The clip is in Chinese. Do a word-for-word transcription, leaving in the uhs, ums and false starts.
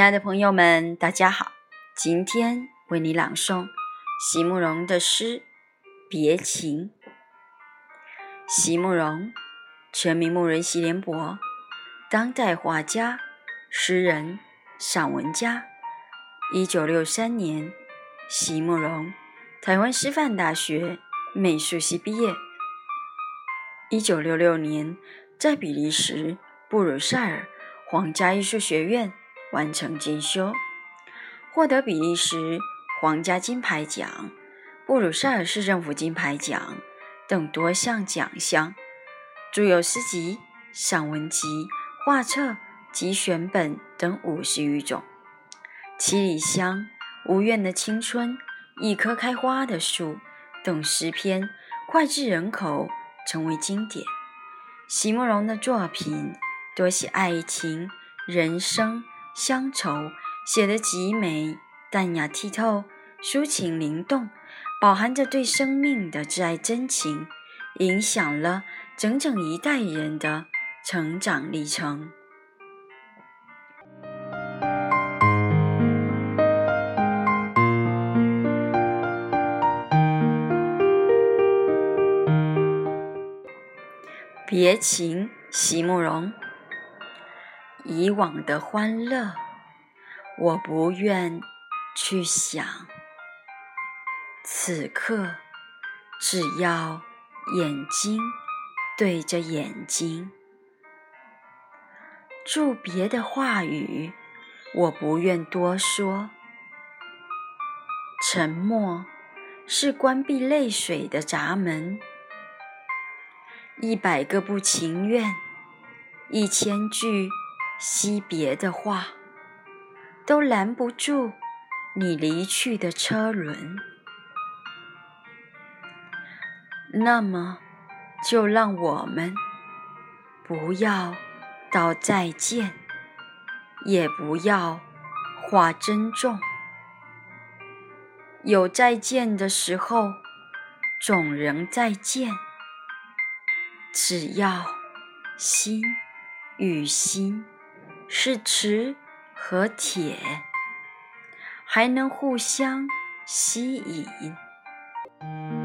亲爱的朋友们，大家好，今天为你朗诵席慕容的诗《别情》。席慕容，全名慕仁席联博，当代画家、诗人、散文家。一九六三年，席慕容台湾师范大学美术系毕业。一九六六年，在比利时布鲁塞尔皇家艺术学院完成进修，获得比利时皇家金牌奖、布鲁塞尔市政府金牌奖等多项奖项，著有诗集、散文集、画册及选本等五十余种。七里香、无怨的青春、一棵开花的树等诗篇脍炙人口，成为经典。席慕容的作品多写爱情、人生、乡愁，写得极美，淡雅剔透，抒情灵动，饱含着对生命的挚爱真情，影响了整整一代人的成长历程。别情，席慕容。以往的欢乐，我不愿去想，此刻只要眼睛对着眼睛。祝别的话语，我不愿多说，沉默是关闭泪水的闸门。一百个不情愿，一千句惜别的话，都拦不住你离去的车轮。那么就让我们不要道再见，也不要话珍重。有再见的时候，总仍再见，只要心与心是磁和铁，还能互相吸引。